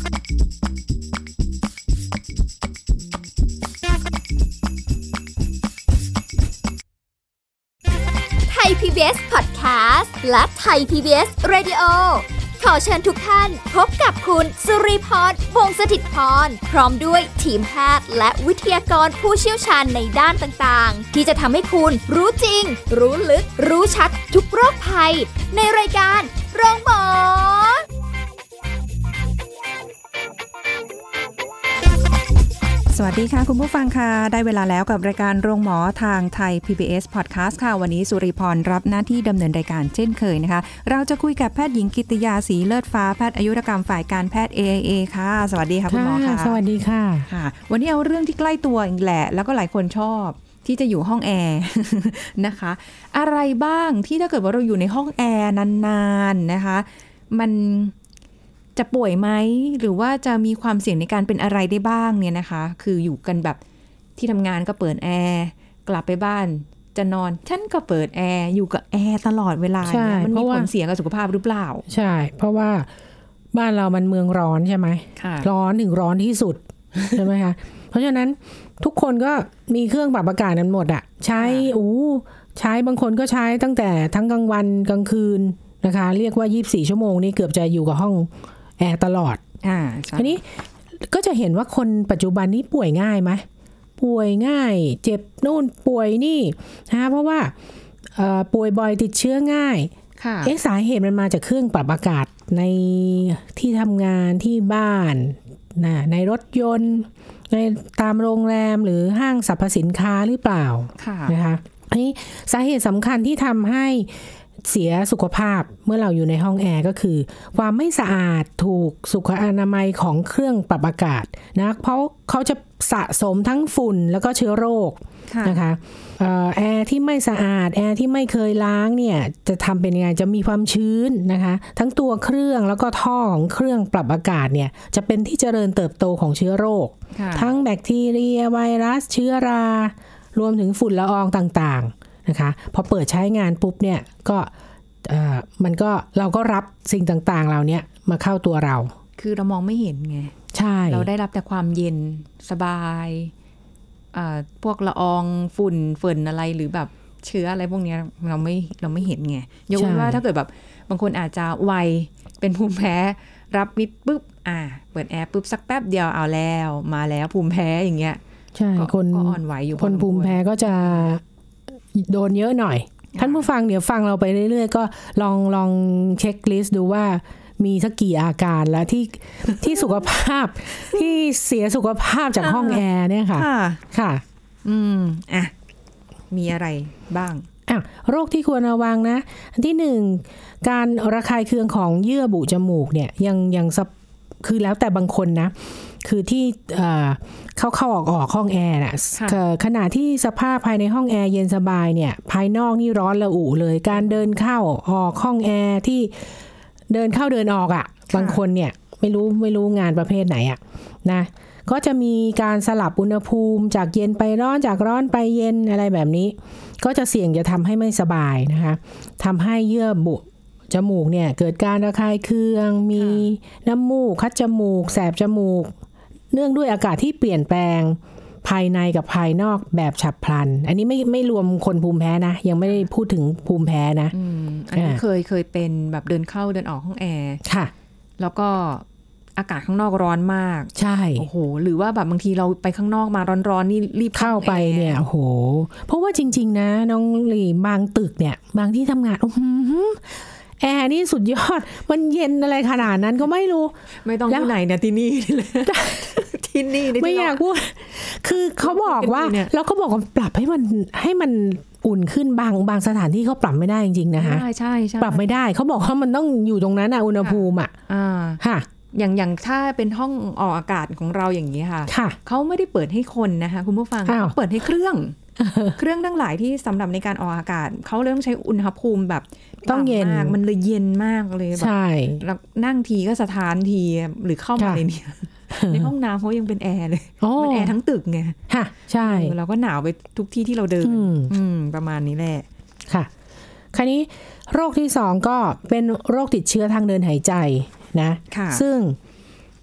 ไทย PBS Podcast และไทย PBS Radio ขอเชิญทุกท่านพบกับคุณสุริพร วงศ์สถิตย์พรพร้อมด้วยทีมแพทย์และวิทยากรผู้เชี่ยวชาญในด้านต่างๆที่จะทำให้คุณรู้จริงรู้ลึกรู้ชัดทุกโรคภัยในรายการโรงพยาบาลสวัสดีค่ะคุณผู้ฟังค่ะได้เวลาแล้วกับรายการโรงหมอทางไทย PBS Podcast ค่ะวันนี้สุริพรรับหน้าที่ดำเนินรายการเช่นเคยนะคะเราจะคุยกับแพทย์หญิงกิตติยาศรีเลิศฟ้าแพทย์อายุรกรรมฝ่ายการแพทย์ AIA ค่ะสวัสดีค่ะคุณหมอค่ะสวัสดีค่ะค่ะวันนี้เอาเรื่องที่ใกล้ตัวอีกแหละแล้วก็หลายคนชอบที่จะอยู่ห้องแอร์ นะคะอะไรบ้างที่ถ้าเกิดว่าเราอยู่ในห้องแอร์นานๆนะคะมันจะป่วยไหมหรือว่าจะมีความเสี่ยงในการเป็นอะไรได้บ้างเนี่ยนะคะคืออยู่กันแบบที่ทำงานก็เปิดแอร์กลับไปบ้านจะนอนฉันก็เปิดแอร์อยู่กับแอร์ตลอดเวลาเนี่ยมันมีผลเสียกับสุขภาพหรือเปล่าใช่เพราะว่าบ้านเรามันเมืองร้อนใช่ไหมร้อนถึงร้อนที่สุด ใช่ไหมคะเพราะฉะนั้นทุกคนก็มีเครื่องปรับอากาศนั้นหมดอ่ะใช้ใช้บางคนก็ใช้ตั้งแต่ทั้งกลางวันกลางคืนนะคะเรียกว่า24ชั่วโมงนี่เกือบจะอยู่กับห้องแอร์ตลอดทีนี้ก็จะเห็นว่าคนปัจจุบันนี้ป่วยง่ายไหมป่วยง่ายเจ็บนู่นป่วยนี่นะเพราะว่าป่วยบ่อยติดเชื้อง่ายสาเหตุมันมาจากเครื่องปรับอากาศในที่ทำงานที่บ้านในรถยนต์ในตามโรงแรมหรือห้างสรรพสินค้าหรือเปล่านะคะอันนี้สาเหตุสำคัญที่ทำให้เสียสุขภาพเมื่อเราอยู่ในห้องแอร์ก็คือความไม่สะอาดถูกสุขอนามัยของเครื่องปรับอากาศนะเพราะเขาจะสะสมทั้งฝุ่นแล้วก็เชื้อโรคนะคะแอร์ที่ไม่สะอาดแอร์ที่ไม่เคยล้างเนี่ยจะทำเป็นยังไงจะมีความชื้นนะคะทั้งตัวเครื่องแล้วก็ท่อของเครื่องปรับอากาศเนี่ยจะเป็นที่เจริญเติบโตของเชื้อโรคทั้งแบคทีเรียไวรัสเชื้อรารวมถึงฝุ่นละอองต่างๆนะคะพอเปิดใช้งานปุ๊บเนี่ยก็มันก็เราก็รับสิ่งต่างๆเหล่านี้มาเข้าตัวเราคือเรามองไม่เห็นไงใช่เราได้รับแต่ความเย็นสบายพวกละอองฝุ่นฝนอะไรหรือแบบเชื้ออะไรพวกนี้เราไม่เห็นไงยกเว้นว่าถ้าเกิดแบบบางคนอาจจะไวเป็นภูมิแพ้รับมิดปุ๊บเปิดแอร์ปุ๊บสักแป๊บเดียวเอาแล้วมาแล้วภูมิแพ้อย่างเงี้ยใช่คนอ่อนไหวอยู่คนภูมิแพ้ก็จะโดนเยอะหน่อยท่านผู้ฟังเดี๋ยวฟังเราไปเรื่อยๆก็ลองเช็คลิสต์ดูว่ามีสักกี่อาการแล้วที่สุขภาพที่เสียสุขภาพจากห้องแอร์เนี่ยค่ะค่ะมีอะไรบ้างโรคที่ควรระวังนะอันที่หนึ่งการระคายเคืองของเยื่อบุจมูกเนี่ยยังคือแล้วแต่บางคนนะคือที่เข้าออกห้องแอร์น่ะขณะที่สภาพภายในห้องแอร์เย็นสบายเนี่ยภายนอกนี่ร้อนระอุเลยการเดินเข้าออกห้องแอร์ที่เดินเข้าเดินออกบางคนเนี่ยไม่รู้งานประเภทไหนนะก็จะมีการสลับอุณหภูมิจากเย็นไปร้อนจากร้อนไปเย็นอะไรแบบนี้ก็จะเสี่ยงจะทำให้ไม่สบายนะคะทำให้เยื่อบุจมูกเนี่ยเกิดการระคายเคืองมีน้ำมูกคัดจมูกแสบจมูกเนื่องด้วยอากาศที่เปลี่ยนแปลงภายในกับภายนอกแบบฉับพลันอันนี้ไม่รวมคนภูมิแพ้นะยังไม่ได้พูดถึงภูมิแพ้นะอันนี้เคยเป็นแบบเดินเข้าเดินออกห้องแอร์ค่ะแล้วก็อากาศข้างนอกร้อนมากใช่โอ้โหหรือว่าแบบบางทีเราไปข้างนอกมาร้อนๆนี่รีบเข้าไปเนี่ยโอ้โหเพราะว่าจริงๆนะน้องหลีบางตึกเนี่ยบางที่ทำงานแอร์นี่สุดยอดมันเย็นอะไรขนาดนั้นก็ไม่รู้ไม่ต้องที่ไหนเนี่ยที่นี่เลยที่นี่ไม่อยากพูดคือเขาบอกว่าแล้วก็บอกว่าปรับให้มันอุ่นขึ้นบางสถานที่เขาปรับไม่ได้จริงๆนะคะใช่ปรับไม่ได้เขาบอกว่ามันต้องอยู่ตรงนั้นอุณหภูมิค่ะอย่างถ้าเป็นห้องออกอากาศของเราอย่างนี้ค่ะเขาไม่ได้เปิดให้คนนะคะคุณผู้ฟังเขาเปิดให้เครื่องทั้งหลายที่สำหรับในการออกอากาศเขาเริ่มใช้อุณหภูมิแบบต้องเย็นมันเลยเย็นมากเลยแบบแล้วนั่งทีก็สถานทีหรือเข้ามาในห้องน้ำเขายังเป็นแอร์เลยมันแอร์ทั้งตึกไงค่ะใช่เราก็หนาวไปทุกที่ที่เราเดินประมาณนี้แหละค่ะคราวนี้โรคที่2ก็เป็นโรคติดเชื้อทางเดินหายใจนะซึ่ง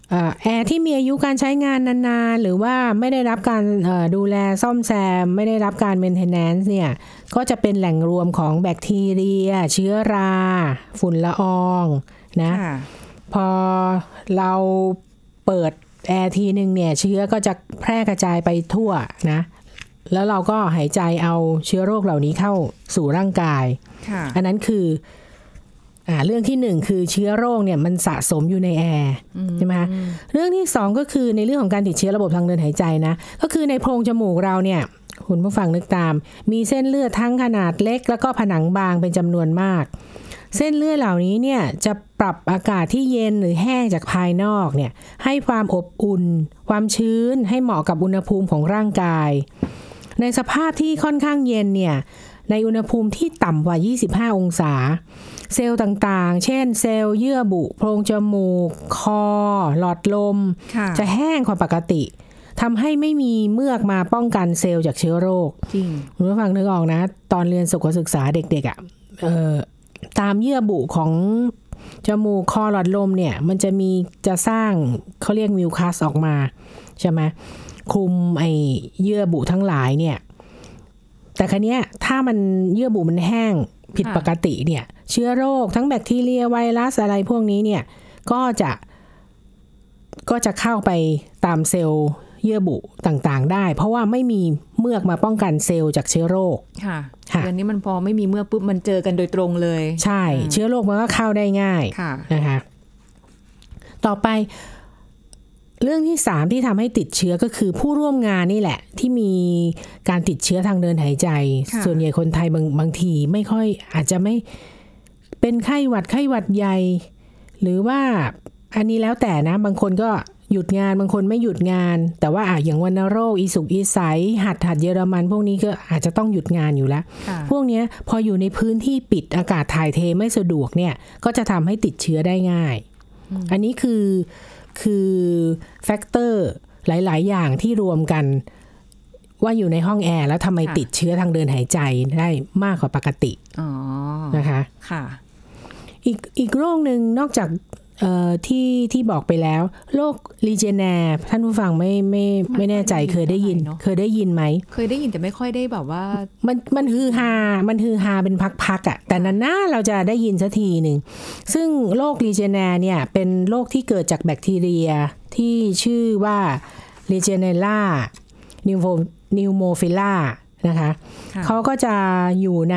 แอร์ที่มีอายุการใช้งานนานๆหรือว่าไม่ได้รับการดูแลซ่อมแซมไม่ได้รับการ maintenance เนี่ยก็จะเป็นแหล่งรวมของแบคทีเรียเชื้อราฝุ่นละอองนะพอเราเปิดแอร์ทีนึงเนี่ยเชื้อก็จะแพร่กระจายไปทั่วนะแล้วเราก็หายใจเอาเชื้อโรคเหล่านี้เข้าสู่ร่างกายอันนั้นคือเรื่องที่หนึ่งคือเชื้อโรคเนี่ยมันสะสมอยู่ในแอร์ใช่ไหมคะเรื่องที่สองก็คือในเรื่องของการติดเชื้อระบบทางเดินหายใจนะก็คือในโพรงจมูกเราเนี่ยคุณผู้ฟังนึกตามมีเส้นเลือดทั้งขนาดเล็กแล้วก็ผนังบางเป็นจำนวนมากเส้นเลือดเหล่านี้เนี่ยจะปรับอากาศที่เย็นหรือแห้งจากภายนอกเนี่ยให้ความอบอุ่นความชื้นให้เหมาะกับอุณหภูมิของร่างกายในสภาพที่ค่อนข้างเย็นเนี่ยในอุณหภูมิที่ต่ำกว่า25องศาเซลล์ต่างๆเช่นเซลล์เยื่อบุโพรงจมูกคอหลอดลมจะแห้งกว่าปกติทำให้ไม่มีเมือกมาป้องกันเซลล์จากเชื้อโรคจริงคุณผู้ฟังนึกออกนะตอนเรียนสุขศึกษาเด็กๆตามเยื่อบุของจมูกคอหลอดลมเนี่ยมันจะสร้างเขาเรียกมิวคัสออกมาใช่ไหมคลุมไอเยื่อบุทั้งหลายเนี่ยแต่ครั้งนี้ถ้ามันเยื่อบุมันแห้งผิดปกติเนี่ยเชื้อโรคทั้งแบคทีเรียไวรัสอะไรพวกนี้เนี่ยก็จะเข้าไปตามเซลล์เยื่อบุต่างๆได้เพราะว่าไม่มีเมือกมาป้องกันเซลล์จากเชื้อโรคค่ะอันนี้มันพอไม่มีเมือกปุ๊บมันเจอกันโดยตรงเลยใช่เชื้อโรคมันก็เข้าได้ง่ายนะคะต่อไปเรื่องที่3ที่ทำให้ติดเชื้อก็คือผู้ร่วมงานนี่แหละที่มีการติดเชื้อทางเดินหายใจส่วนใหญ่คนไทยบางทีไม่ค่อยอาจจะไม่เป็นไข้หวัดใหญ่หรือว่าอันนี้แล้วแต่นะบางคนก็หยุดงานบางคนไม่หยุดงานแต่ว่าอย่างวัณโรคอีสุกอีใสหัดเยอรมันพวกนี้ก็อาจจะต้องหยุดงานอยู่แล้วพวกนี้พออยู่ในพื้นที่ปิดอากาศถ่ายเทไม่สะดวกเนี่ยก็จะทำให้ติดเชื้อได้ง่ายอันนี้คือแฟกเตอร์หลายๆอย่างที่รวมกันว่าอยู่ในห้องแอร์แล้วทำไมติดเชื้อทางเดินหายใจได้มากกว่าปกตินะคะค่ะอีกโรคหนึ่งนอกจากที่บอกไปแล้วโรคลีเจเนียท่านผู้ฟังไม่แน่ใจเคยได้ยินไหมเคยได้ยินแต่ไม่ค่อยได้แบบว่ามันฮือฮาเป็นพักๆอ่ะแต่นานๆเราจะได้ยินสักทีหนึ่งซึ่งโรคลีเจเนียเนี่ยเป็นโรคที่เกิดจากแบคทีเรียที่ชื่อว่า Legionella pneumophila นะคะเขาก็จะอยู่ใน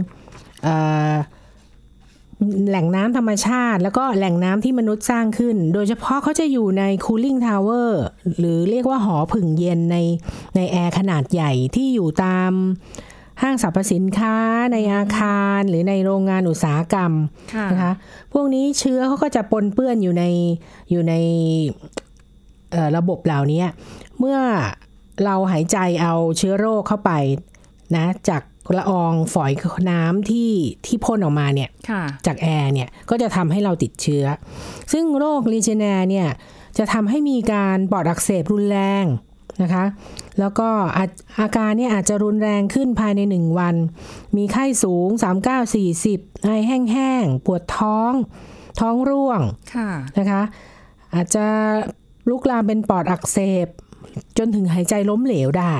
แหล่งน้ำธรรมชาติแล้วก็แหล่งน้ำที่มนุษย์สร้างขึ้นโดยเฉพาะเขาจะอยู่ใน cooling tower หรือเรียกว่าหอผึ่งเย็นในแอร์ขนาดใหญ่ที่อยู่ตามห้างสรรพสินค้าในอาคารหรือในโรงงานอุตสาหกรรมนะคะพวกนี้เชื้อเขาก็จะปนเปื้อนอยู่ในระบบเหล่านี้เมื่อเราหายใจเอาเชื้อโรคเข้าไปนะจากละอองฝอยน้ำที่พ่นออกมาเนี่ยจากแอร์เนี่ยก็จะทำให้เราติดเชื้อซึ่งโรคลีเจเนียเนี่ยจะทำให้มีการปอดอักเสบรุนแรงนะคะแล้วก็อาการเนี่ยอาจจะรุนแรงขึ้นภายใน1วันมีไข้สูง39-40ไอแห้งๆปวดท้องร่วงนะคะอาจจะลุกลามเป็นปอดอักเสบจนถึงหายใจล้มเหลวได้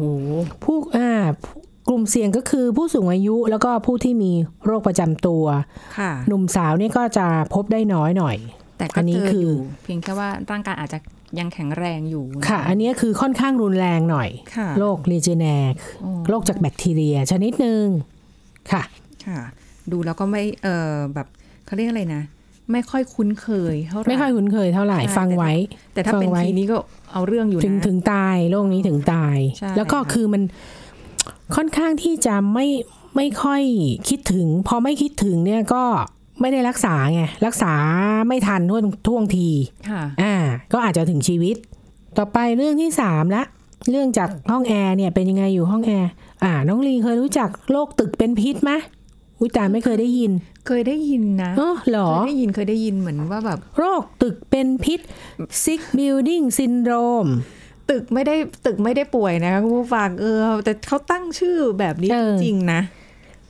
กลุ่มเสี่ยงก็คือผู้สูงอายุแล้วก็ผู้ที่มีโรคประจำตัวหนุ่มสาวนี่ก็จะพบได้น้อยหน่อยแต่อันนี้คือเพียงแค่ว่าร่างกายอาจจะยังแข็งแรงอยู่ค่ะอันนี้คือค่อนข้างรุนแรงหน่อยโรคลีเจเนียโรคจากแบคทีเรียชนิดนึงค่ะดูแล้วก็ไม่แบบเขาเรียกอะไรนะไม่ค่อยคุ้นเคยเท่าไหร่ฟังไว้แต่ถ้าเป็นทีนี้ก็เอาเรื่องอยู่นะถึงตายโรคนี้ถึงตายแล้วก็คือมันค่อนข้างที่จะไม่ค่อยคิดถึงพอไม่คิดถึงเนี่ยก็ไม่ได้รักษาไงรักษาไม่ทันท่วงทีก็อาจจะถึงชีวิตต่อไปเรื่องที่3ละเรื่องจากห้องแอร์เนี่ยเป็นยังไงอยู่ห้องแอร์น้องลีเคยรู้จักโรคตึกเป็นพิษไหมอุ๊ยแต่ไม่เคยได้ยินนะเหรอเคยได้ยินเหมือนว่าแบบโรคตึกเป็นพิษ sick building syndrome ตึกไม่ได้ป่วยนะคะคุณผู้ฟังแต่เขาตั้งชื่อแบบนี้จริงๆนะ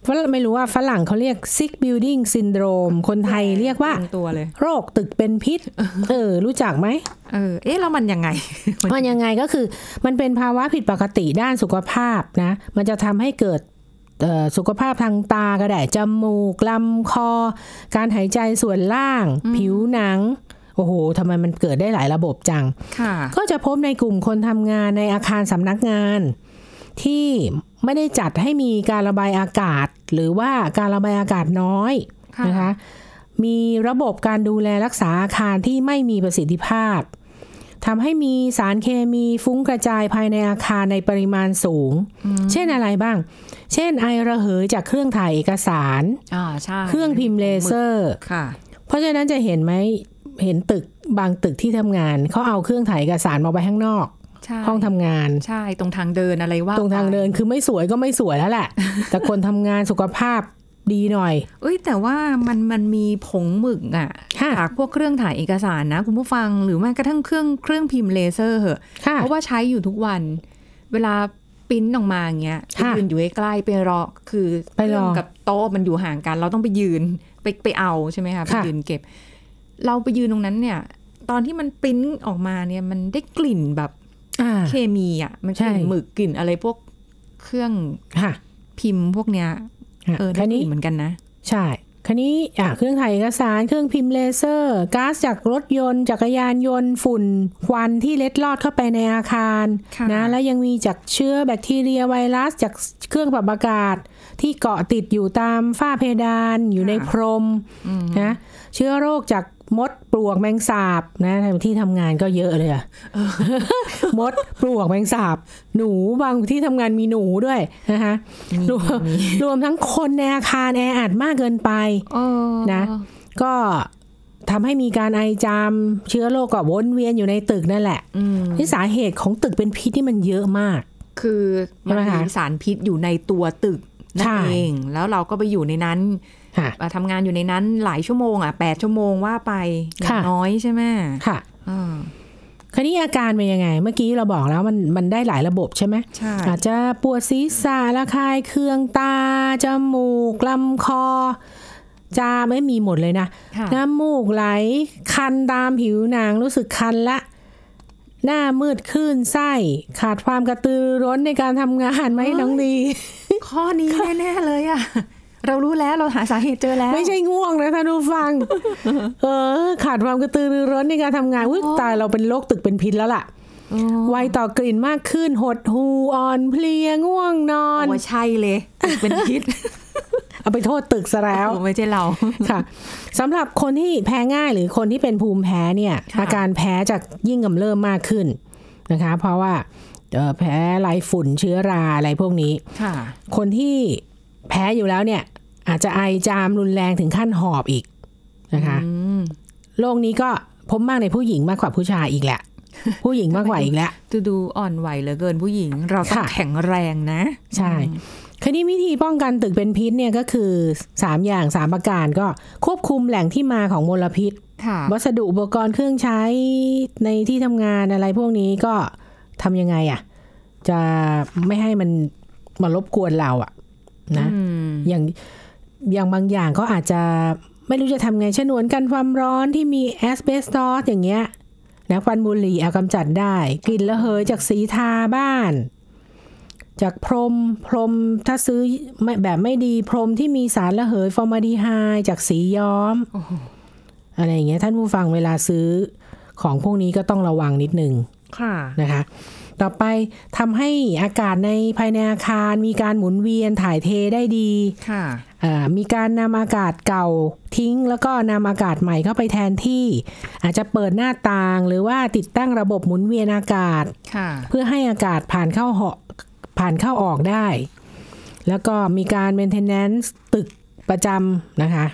ไม่รู้ว่าฝรั่งเขาเรียก sick building syndrome คนไทยเรียกว่าตัวเลยโรคตึกเป็นพิษรู้จักไหมแล้วมันยังไงมันยังไงก็คือมันเป็นภาวะผิดปกติด้านสุขภาพนะมันจะทำให้เกิดสุขภาพทางตาก็ได้จมูกลำคอการหายใจส่วนล่างผิวหนังโอ้โหทำไมมันเกิดได้หลายระบบจังก็จะพบในกลุ่มคนทำงานในอาคารสำนักงานที่ไม่ได้จัดให้มีการระบายอากาศหรือว่าการระบายอากาศน้อยนะคะมีระบบการดูแลรักษาอาคารที่ไม่มีประสิทธิภาพทำให้มีสารเคมีฟุ้งกระจายภายในอาคารในปริมาณสูงเช่นอะไรบ้างเช่นไอระเหยจากเครื่องถ่ายเอกสารเครื่องพิมพ์เลเซอร์เพราะฉะนั้นจะเห็นไหมเห็นตึกบางตึกที่ทำงานเขาเอาเครื่องถ่ายเอกสารมาไว้ข้างนอกห้องทำงานใช่ตรงทางเดินอะไรว่าตรงทางเดินคือไม่สวยก็ไม่สวยแล้วแหละแต่คนทำงานสุขภาพดีหน่อยแต่ว่ามันมีผงหมึกอ่ะจากพวกเครื่องถ่ายเอกสารนะคุณผู้ฟังหรือแม้กระทั่งเครื่องพิมพ์เลเซอร์เหอะเพราะว่าใช้อยู่ทุกวันเวลาปริ้นออกมาอย่างเงี้ยยืนอยู่ใกล้ๆไปรอคือเครื่องกับโต๊ะมันอยู่ห่างกันเราต้องไปยืนไปเอาใช่ไหมคะไปยืนเก็บเราไปยืนตรงนั้นเนี่ยตอนที่มันปริ้นออกมาเนี่ยมันได้กลิ่นแบบเคมีอ่ะมันกลิ่นหมึกกลิ่นอะไรพวกเครื่องพิมพ์พวกเนี้ยได้กลิ่นเหมือนกันนะใช่คันนี้เครื่องถ่ายเอกสารเครื่องพิมพ์เลเซอร์ก๊าซจากรถยนต์จักรยานยนต์ฝุ่นควันที่เล็ดลอดเข้าไปในอาคารนะแล้วยังมีจากเชื้อแบคทีเรียไวรัสจากเครื่องปรับอากาศที่เกาะติดอยู่ตามฝ้าเพดานอยู่ในพรมนะเชื้อโรคจากมดปลวกแมงสาบนะที่ทำงานก็เยอะเลยอะมดปลวกแมงสาบหนูบางที่ทำงานมีหนูด้วยนะคะรวมทั้งคนในอาคารแออัดมากเกินไปนะก็ทำให้มีการไอจามเชื้อโรคก็วนเวียนอยู่ในตึกนั่นแหละที่สาเหตุของตึกเป็นพิษที่มันเยอะมากคือมันมีสารพิษอยู่ในตัวตึกนั่นเองแล้วเราก็ไปอยู่ในนั้นทำงานอยู่ในนั้นหลายชั่วโมง8 ชั่วโมงว่าไปอย่างน้อยใช่ไหมค่ะคราวนี้อาการเป็นยังไงเมื่อกี้เราบอกแล้วมันได้หลายระบบใช่ไหมอาจจะปวดศีรษะระคายเคืองตาจมูกลำคอจาไม่มีหมดเลยนะน้ำมูกไหลคันตามผิวหนังรู้สึกคันละหน้ามืดคลื่นไส้ขาดความกระตือรือร้นในการทำงานไหมน้องดีข้อนี้แน่ๆเลยอะเรารู้แล้วเราหาสาเหตุเจอแล้วไม่ใช่ง่วงนะท่านผู้ฟังขาดความกระตือรือร้นในการทำงานตายเราเป็นโรคตึกเป็นพิษแล้วล่ะไวต่อกลิ่นมากขึ้นหดหูอ่อนเพลียง่วงนอนใช่เลยเป็นพิษเอาไปโทษตึกซะแล้วไม่ใช่เราค่ะสำหรับคนที่แพ้ง่ายหรือคนที่เป็นภูมิแพ้เนี่ยอาการแพ้จะยิ่งกำเริบมากขึ้นนะคะเพราะว่าแพ้ไรฝุ่นเชื้อราอะไรพวกนี้คนที่แพ้อยู่แล้วเนี่ยอาจจะไอจามรุนแรงถึงขั้นหอบอีกนะคะโรคนี้ก็พบมากในผู้หญิงมากกว่าผู้ชายอีกแหละผู้หญิงมากกว่าอีกแล้วดูอ่อนไหวเหลือเกินผู้หญิงเราต้องแข็งแรงนะใช่คราวนี้วิธีป้องกันตึกเป็นพิษเนี่ยก็คือ3 อย่าง3 ประการก็ควบคุมแหล่งที่มาของมลพิษวัสดุอุปกรณ์เครื่องใช้ในที่ทำงานอะไรพวกนี้ก็ทำยังไงอ่ะจะไม่ให้มันมารบกวนเราอ่ะนะอย่างบางอย่างก็อาจจะไม่รู้จะทำไงฉนวนกันความร้อนที่มีแอสเบสตอสอย่างเงี้ยนะควันบุหรี่เอากำจัดได้กลิ่นระเหยจากสีทาบ้านจากพรมถ้าซื้อแบบไม่ดีพรมที่มีสารระเหยฟอร์มาลดีไฮด์จากสีย้อมอะไรอย่างเงี้ยท่านผู้ฟังเวลาซื้อของพวกนี้ก็ต้องระวังนิดนึงนะคะต่อไปทำให้อากาศในภายในอาคารมีการหมุนเวียนถ่ายเทได้ดีมีการนำอากาศเก่าทิ้งแล้วก็นำอากาศใหม่เข้าไปแทนที่อาจจะเปิดหน้าต่างหรือว่าติดตั้งระบบหมุนเวียนอากาศเพื่อให้อากาศผ่านเข้าออกได้แล้วก็มีการ maintenance ตึกประจำนะคะ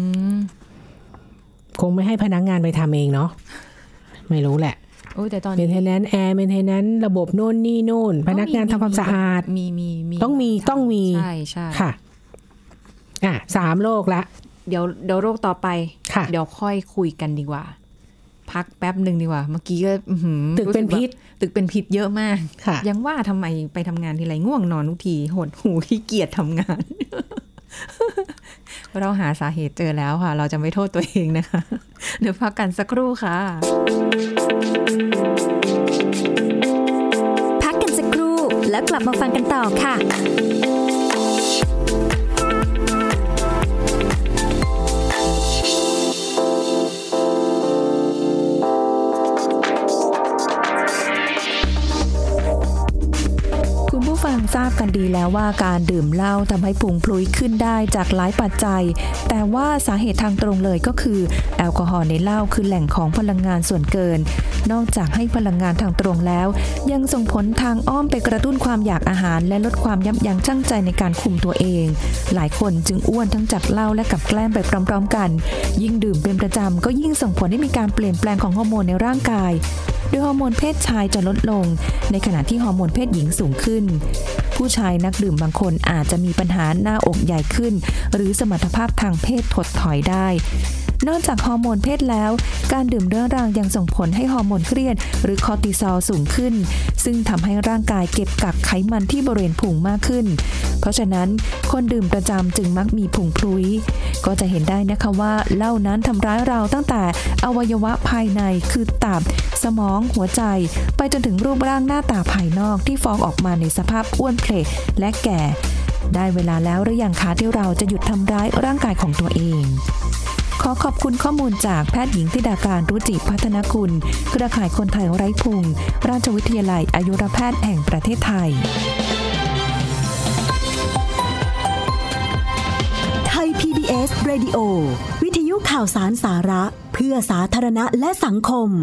คงไม่ให้พนักงานไปทำเองเนาะไม่รู้แหละแต่ตอน maintenance air maintenance ระบบโน่นนี่โน่นพนักงานทำความสะอาดต้องมีใช่ค่ะ3 โรคละเดี๋ยวโรคต่อไปเดี๋ยวค่อยคุยกันดีกว่าพักแป๊บนึงดีกว่าเมื่อกี้ก็ตึกเป็นพิษเยอะมากยังว่าทำไมไปทำงานทีไรง่วงนอนทุกทีหดหูขี้เกียจทำงานเราหาสาเหตุเจอแล้วค่ะเราจะไม่โทษตัวเองนะคะเดี๋ยวพักกันสักครู่ค่ะพักกันสักครู่แล้วกลับมาฟังกันต่อค่ะฟังทราบกันดีแล้วว่าการดื่มเหล้าทำให้พุงพลุยขึ้นได้จากหลายปัจจัยแต่ว่าสาเหตุทางตรงเลยก็คือแอลกอฮอล์ในเหล้าคือแหล่งของพลังงานส่วนเกินนอกจากให้พลังงานทางตรงแล้วยังส่งผลทางอ้อมไปกระตุ้นความอยากอาหารและลดความยับยั้งชั่งใจในการคุมตัวเองหลายคนจึงอ้วนทั้งจากเหล้าและกับแกล้มไปพร้อมๆกันยิ่งดื่มเป็นประจำก็ยิ่งส่งผลให้มีการเปลี่ยนแปลงของฮอร์โมนในร่างกายโดยฮอร์โมนเพศชายจะลดลงในขณะที่ฮอร์โมนเพศหญิงสูงขึ้นผู้ชายนักดื่มบางคนอาจจะมีปัญหาหน้าอกใหญ่ขึ้นหรือสมรรถภาพทางเพศถดถอยได้นอกจากฮอร์โมนเพศแล้วการดื่มเรื้อรังยังส่งผลให้ฮอร์โมนเครียดหรือคอร์ติซอลสูงขึ้นซึ่งทำให้ร่างกายเก็บกักไขมันที่บริเวณพุงมากขึ้นเพราะฉะนั้นคนดื่มประจำจึงมักมีพุงพลุยก็จะเห็นได้นะคะว่าเหล้านั้นทำร้ายเราตั้งแต่อวัยวะภายในคือตับสมองหัวใจไปจนถึงรูปร่างหน้าตาภายนอกที่ฟ้องออกมาในสภาพอ้วนเพลและแก่ได้เวลาแล้วหรือยังคะที่เราจะหยุดทำร้ายร่างกายของตัวเองขอขอบคุณข้อมูลจากแพทย์หญิงธิดาการรุจิพัฒนกุลเครือข่ายคนไทยไร้พุงราชวิทยาลัยอายุรแพทย์แห่งประเทศไทยไทย PBS Radio วิทยุข่าวสารสาระเพื่อสาธารณะและสังคม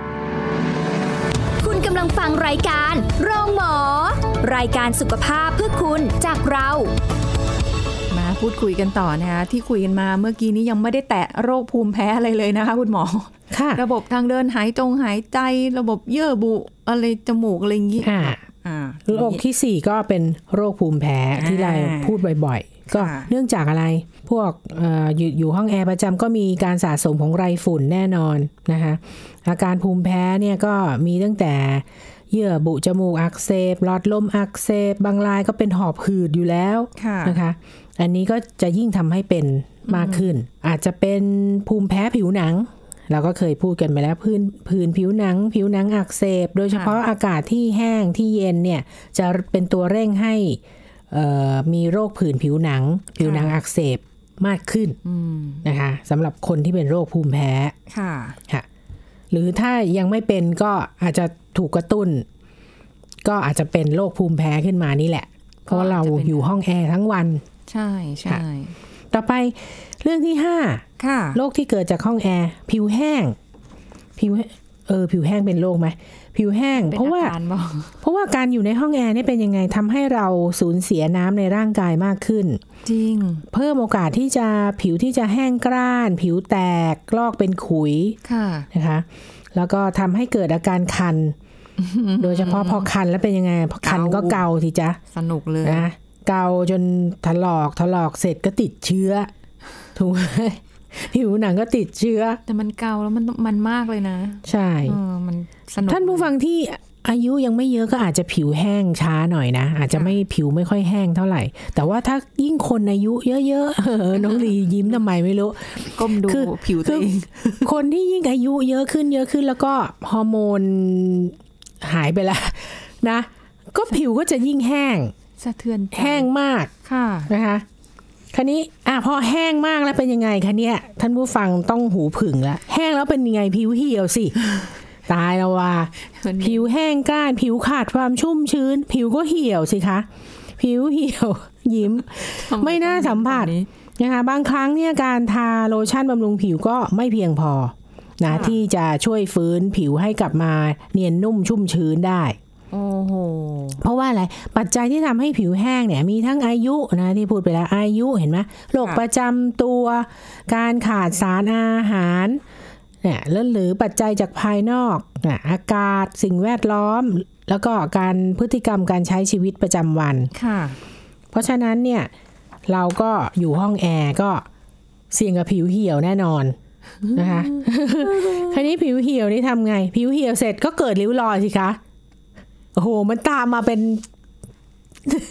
คุณกำลังฟังรายการโรงหมอรายการสุขภาพเพื่อคุณจากเรามาพูดคุยกันต่อนะคะที่คุยกันมาเมื่อกี้นี้ยังไม่ได้แตะโรคภูมิแพ้อะไรเลยนะคะคุณหมอค่ะระบบทางเดินหายใจระบบเยื่อบุอะไรจมูกอะไรอย่างงี้โรคที่4ก็เป็นโรคภูมิแพ้ที่เราพูดบ่อยๆก็เนื่องจากอะไรพวกอยู่ห้องแอร์ประจำก็มีการสะสมของไรฝุ่นแน่นอนนะคะอาการภูมิแพ้เนี่ยก็มีตั้งแต่เยื่อบุจมูกอักเสบหลอดลมอักเสบบางรายก็เป็นหอบหืดอยู่แล้วนะคะอันนี้ก็จะยิ่งทำให้เป็นมากขึ้นอาจจะเป็นภูมิแพ้ผิวหนังเราก็เคยพูดกันไปแล้วผื่นผิวหนังอักเสบโดยเฉพาะอากาศที่แห้งที่เย็นเนี่ยจะเป็นตัวเร่งให้มีโรคผื่นผิวหนังอักเสบมากขึ้นนะคะสำหรับคนที่เป็นโรคภูมิแพ้ค่ะหรือถ้ายังไม่เป็นก็อาจจะถูกกระตุ้นก็อาจจะเป็นโรคภูมิแพ้ขึ้นมานี่แหละเพราะเราอยู่ห้องแอร์ทั้งวันใช่ต่อไปเรื่องที่5โรคที่เกิดจากห้องแอร์ผิวแห้งผิวแห้งเป็นโรคไหมผิวแห้งเพราะว่าการอยู่ในห้องแอร์นี่เป็นยังไงทำให้เราสูญเสียน้ำในร่างกายมากขึ้นจริงเพิ่มโอกาสที่จะผิวที่จะแห้งกร้านผิวแตกลอกเป็นขุยนะคะแล้วก็ทำให้เกิดอาการคันโดยเฉพาะพอคันแล้วเป็นยังไงพอคันก็เกาสิจ๊ะสนุกเลยนะเกาจนถลอกเสร็จก็ติดเชื้อถูกไหมผิวหนังก็ติดเชื้อแต่มันเกาแล้วมันมากเลยนะใช่มันสนุกท่านผู้ฟังที่อายุยังไม่เยอะก็อาจจะผิวแห้งช้าหน่อยนะอาจจะไม่ผิวไม่ค่อยแห้งเท่าไหร่แต่ว่าถ้ายิ่งคนอายุเยอะๆน้องลียิ้มทำไมไม่รู้ก้มดูผิวตัวเองคนที่ยิ่งอายุเยอะขึ้นแล้วก็ฮอร์โมนหายไปแล้วนะก็ผิวก็จะยิ่งแห้งสะเทือนแห้งมากนะคะคันนี้พอแห้งมากแล้วเป็นยังไงคะเนี่ยท่านผู้ฟังต้องหูผึ่งแล้วแห้งแล้วเป็นยังไงผิวเหี่ยวสิตายแล้วว่าผิวแห้งกร้านผิวขาดความชุ่มชื้นผิวก็เหี่ยวสิคะผิวเหี่ยวยิ้มไม่น่าสัมผัสนะคะบางครั้งเนี่ยการทาโลชั่นบำรุงผิวก็ไม่เพียงพอนะที่จะช่วยฟื้นผิวให้กลับมาเนียนนุ่มชุ่มชื้นได้โอ้โหเพราะว่าอะไรปัจจัยที่ทำให้ผิวแห้งเนี่ยมีทั้งอายุนะที่พูดไปแล้วอายุเห็นไหมโรคประจำตัวการขาดสารอาหารเนี่ยแล้วหรือปัจจัยจากภายนอกอากาศสิ่งแวดล้อมแล้วก็การพฤติกรรมการใช้ชีวิตประจำวันเพราะฉะนั้นเนี่ยเราก็อยู่ห้องแอร์ก็เสี่ยงกับผิวเหี่ยวแน่นอนนะคะคราวนี้ผิวเหี่ยวนี่ทำไงผิวเหี่ยวเสร็จก็เกิดริ้วรอยสิคะโอ้โหมันตามมาเป็น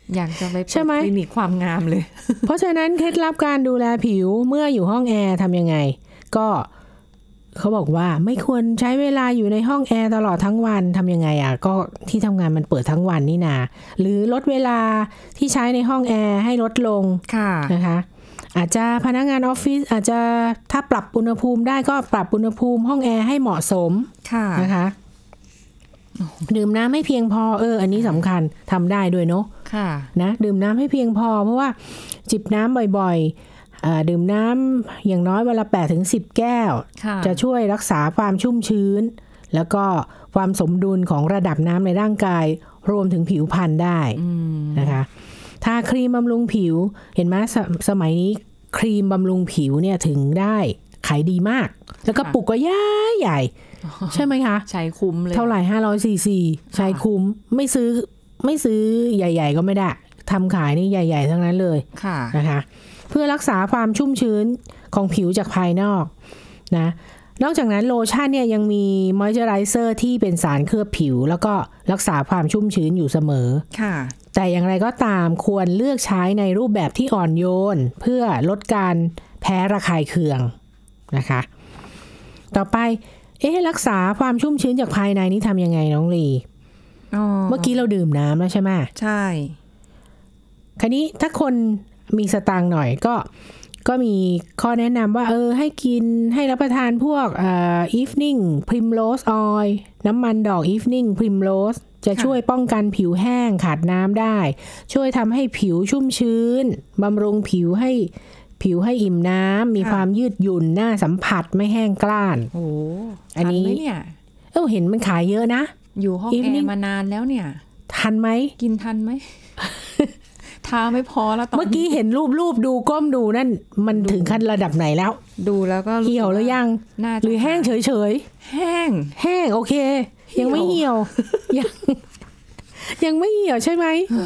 อยากจะไปใช่ไหมคลินิกความงามเลยเพราะฉะนั้นเคล็ดลับการดูแลผิวเมื่ออยู่ห้องแอร์ทำยังไงก็เขาบอกว่าไม่ควรใช้เวลาอยู่ในห้องแอร์ตลอดทั้งวันทำยังไงอ่ะก็ที่ทำงานมันเปิดทั้งวันนี่นาหรือลดเวลาที่ใช้ในห้องแอร์ให้ลดลงนะคะอาจจะพนักงานออฟฟิศอาจจะถ้าปรับอุณหภูมิได้ก็ปรับอุณหภูมิห้องแอร์ให้เหมาะสมนะคะดื่มน้ำให้เพียงพออันนี้สำคัญทำได้ด้วยเนาะนะดื่มน้ำให้เพียงพอเพราะว่าจิบน้ำบ่อยๆดื่มน้ำอย่างน้อยวันละ 8-10 แก้วจะช่วยรักษาความชุ่มชื้นแล้วก็ความสมดุลของระดับน้ำในร่างกายรวมถึงผิวพรรณได้นะคะทาครีมบำรุงผิวเห็นไหมสมัยนี้ครีมบำรุงผิวเนี่ยถึงได้ขายดีมากแล้วก็ปุกก็ใหญ่ใช่ไหมคะใช้คุ้มเลยเท่าไหร่500 cc ใช้คุ้มไม่ซื้อใหญ่ๆก็ไม่ได้ทำขายนี่ใหญ่ๆทั้งนั้นเลยนะคะเพื่อรักษาความชุ่มชื้นของผิวจากภายนอกนะนอกจากนั้นโลชั่นเนี่ยยังมีมอยเจอไรเซอร์ที่เป็นสารเคลือบผิวแล้วก็รักษาความชุ่มชื้นอยู่เสมอแต่อย่างไรก็ตามควรเลือกใช้ในรูปแบบที่อ่อนโยนเพื่อลดการแพ้ระคายเคืองนะคะต่อไปรักษาความชุ่มชื้นจากภายในนี่ทำยังไงน้องลีเมื่อกี้เราดื่มน้ำแล้วใช่ไหมใช่คราวนี้ถ้าคนมีสตางค์หน่อยก็มีข้อแนะนำว่าให้รับประทานพวกevening primrose oil น้ำมันดอก evening primrose จะช่วยป้องกันผิวแห้งขาดน้ำได้ช่วยทำให้ผิวชุ่มชื้นบำรุงผิวให้อิ่มน้ำมีความยืดหยุ่นหน้าสัมผัสไม่แห้งกร้านอันนี้เนี่ยเห็นมันขายเยอะนะอยู่ห้องแอร์มานานแล้วเนี่ยทันไหมกินทันไหม ทาไม่พอแล้วตอนเมื่อกี้เห็นรูปดูก้มดูนั่นมันถึงขั้นระดับไหนแล้วดูแล้วก็เหี่ยวหรือยังหรือแห้งเฉยแห้งโอเคยังไม่เหี่ยวยังไม่เหี่ยวใช่ไหม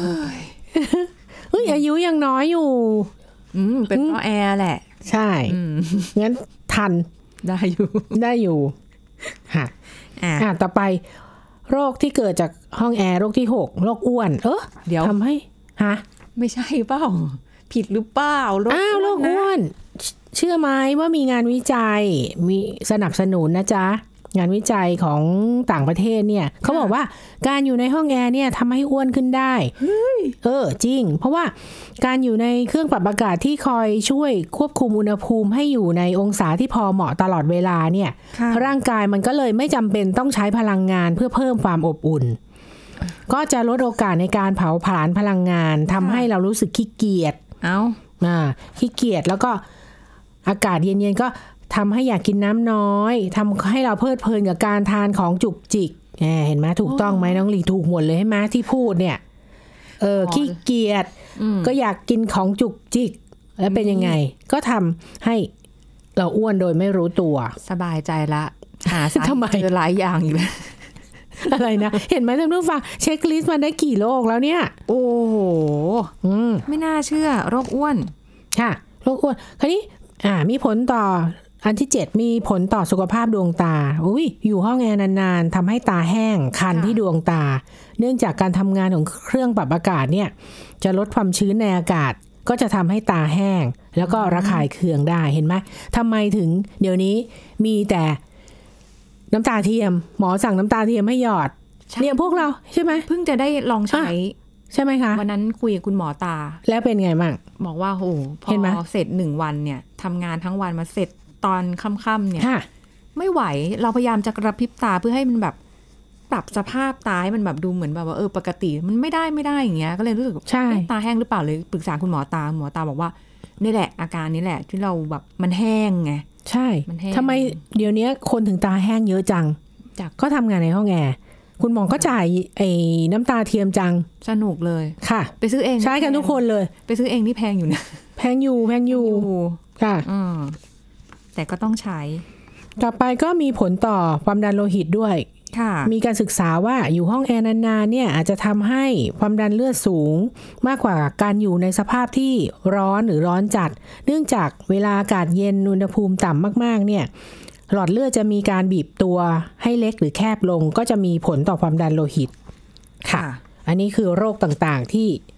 อายุยังน้อยอยู่เป็นเพราะแอร์แหละใช่งั้นทันได้อยู่ค่ะต่อไปโรคที่เกิดจากห้องแอร์โรคที่6โรคอ้วนเดี๋ยวทำให้ไม่ใช่เปล่าผิดหรือเปล่าโรคอ้วนเชื่อไหมว่ามีงานวิจัยมีสนับสนุนนะจ๊ะงานวิจัยของต่างประเทศเนี่ยเขาบอกว่าการอยู่ในห้องแอร์เนี่ยทำให้อ้วนขึ้นได้จริงเพราะว่าการอยู่ในเครื่องปรับอากาศที่คอยช่วยควบคุมอุณหภูมิให้อยู่ในองศาที่พอเหมาะตลอดเวลาเนี่ยร่างกายมันก็เลยไม่จำเป็นต้องใช้พลังงานเพื่อเพิ่มความอบอุ่นก็จะลดโอกาสในการเผาผลาญพลังงานทำให้เรารู้สึกขี้เกียจขี้เกียจแล้วก็อากาศเย็นๆก็ทำให้อยากกินน้ำน้อยทำให้เราเพลิดเพลินกับการทานของจุกจิกเห็นไหมถูกต้องไหมน้องลีถูกหมดเลยใช่ไหมที่พูดเนี่ยขี้เกียจก็อยากกินของจุกจิกแล้วเป็นยังไงก็ทำให้เราอ้วนโดยไม่รู้ตัวสบายใจละทำไมเจอหลายอย่างอีกแล้วอะไรนะเห็นไหมท่านผู้ฟังเช็คลิสต์มาได้กี่โรคแล้วเนี่ยโอ้โหไม่น่าเชื่อโรคอ้วนค่ะโรคอ้วนคราวนี้มีผลต่ออันที่7มีผลต่อสุขภาพดวงตาอยู่ห้องแอร์นานๆทำให้ตาแห้งคันที่ดวงตาเนื่องจากการทำงานของเครื่องปรับอากาศเนี่ยจะลดความชื้นในอากาศก็จะทำให้ตาแห้งแล้วก็ระคายเคืองได้เห็นไหมทำไมถึงเดี๋ยวนี้มีแต่น้ำตาเทียมหมอสั่งน้ำตาเทียมให้หยอดเนี่ยพวกเราใช่ไหมเพิ่งจะได้ลองใช้ใช่ไหมคะวันนั้นคุยกับคุณหมอตาแล้วเป็นไงบ้างบอกว่าพอเสร็จ1วันเนี่ยทำงานทั้งวันมาเสร็จตอนค่ำๆเนี่ยไม่ไหวเราพยายามจะกระพริบตาเพื่อให้มันแบบปรับสภาพตาให้มันแบบดูเหมือนแบบว่าปกติมันไม่ได้อย่างเงี้ยก็เลยรู้สึกตาแห้งหรือเปล่าเลยปรึกษาคุณหมอตาบอกว่านี่แหละอาการนี้แหละที่เราแบบมันแห้งไงใช่ทำไมเดี๋ยวนี้คนถึงตาแห้งเยอะจังก็ทำงานในห้องแอร์คุณหมอก็จ่ายไอ้น้ำตาเทียมจังสนุกเลยค่ะไปซื้อเองใช้กันทุกคนเลยไปซื้อเองนี่แพงอยู่นะแพงอยู่ค่ะแต่ก็ต้องใช้ต่อไปก็มีผลต่อความดันโลหิตด้วยมีการศึกษาว่าอยู่ห้องแอร์นานๆเนี่ยอาจจะทำให้ความดันเลือดสูงมากกว่าการอยู่ในสภาพที่ร้อนหรือร้อนจัดเนื่องจากเวลาอากาศเย็นอุณหภูมิต่ำมากๆเนี่ยหลอดเลือดจะมีการบีบตัวให้เล็กหรือแคบลงก็จะมีผลต่อความดันโลหิตค่ะอันนี้คือโรคต่างๆที่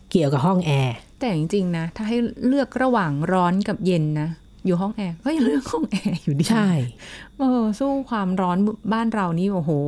เกี่ยวกับห้องแอร์แต่จริงๆนะถ้าให้เลือกระหว่างร้อนกับเย็นนะอยู่ห้องแอร์ก็ยังเลือกห้องแอร์อยู่ดีใช่สู้ความร้อนบ้านเรานี่โอ้โห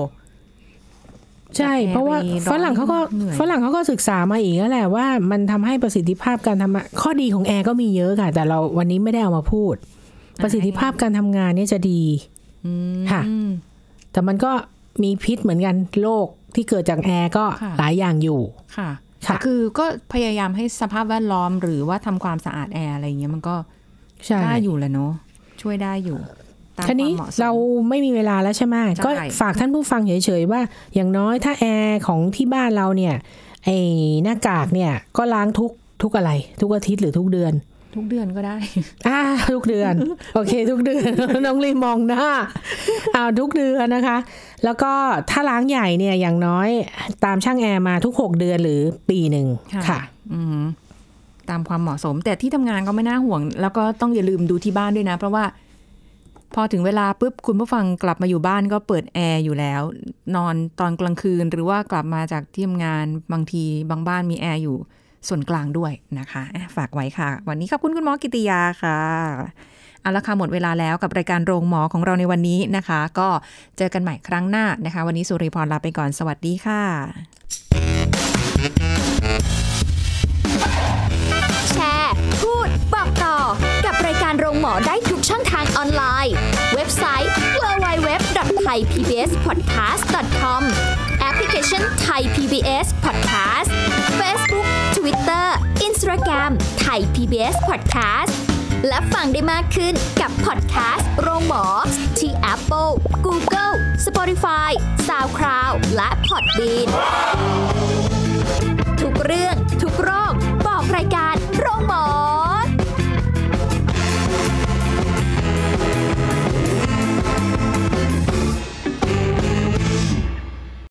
ใช่เพราะว่าฝรั่งเขาก็ศึกษามาอีกแล้วแหละว่ามันทำให้ประสิทธิภาพการทำข้อดีของแอร์ก็มีเยอะค่ะแต่เราวันนี้ไม่ได้เอามาพูดประสิทธิภาพการทำงานเนี่ยจะดีค่ะแต่มันก็มีพิษเหมือนกันโรคที่เกิดจากแอร์ก็หลายอย่างอยู่ค่ะคือก็พยายามให้สภาพแวดล้อมหรือว่าทำความสะอาดแอร์อะไรเงี้ยมันก็ได้อยู่แหละเนาะช่วยได้อยู่ทีนี้เราไม่มีเวลาแล้วใช่ไหมก็ฝากท่านผู้ฟังเฉยๆว่าอย่างน้อยถ้าแอร์ของที่บ้านเราเนี่ยไอ้หน้ากากเนี่ยก็ล้างทุกอะไรทุกอาทิตย์หรือทุกเดือนก็ได้ทุกเดือนโอเคทุกเดือนน้องลีมองหน้าทุกเดือนนะคะแล้วก็ถ้าล้างใหญ่เนี่ยอย่างน้อยตามช่างแอร์มาทุก6เดือนหรือปีหนึ่งค่ะตามความเหมาะสมแต่ที่ทำงานก็ไม่น่าห่วงแล้วก็ต้องอย่าลืมดูที่บ้านด้วยนะเพราะว่าพอถึงเวลาปุ๊บคุณผู้ฟังกลับมาอยู่บ้านก็เปิดแอร์อยู่แล้วนอนตอนกลางคืนหรือว่ากลับมาจากที่ทำงานบางทีบางบ้านมีแอร์อยู่ส่วนกลางด้วยนะคะฝากไว้ค่ะวันนี้ขอบคุณคุณหมอกิติยาค่ะเอาละค่ะหมดเวลาแล้วกับรายการโรงหมอของเราในวันนี้นะคะก็เจอกันใหม่ครั้งหน้านะคะวันนี้สุริพรลาไปก่อนสวัสดีค่ะแชร์พูดบอกต่อกับรายการโรงหมอได้ทุกช่องทางออนไลน์เว็บไซต์ www.thaipbspodcast.com แอปพลิเคชัน Thai PBS Podcast Facebook Twitter Instagram Thai PBS Podcast และฟังได้มากขึ้นกับพอดแคสต์โรงหมอที่ Apple, Google, Spotify, SoundCloud และ Podbean ทุกเรื่อง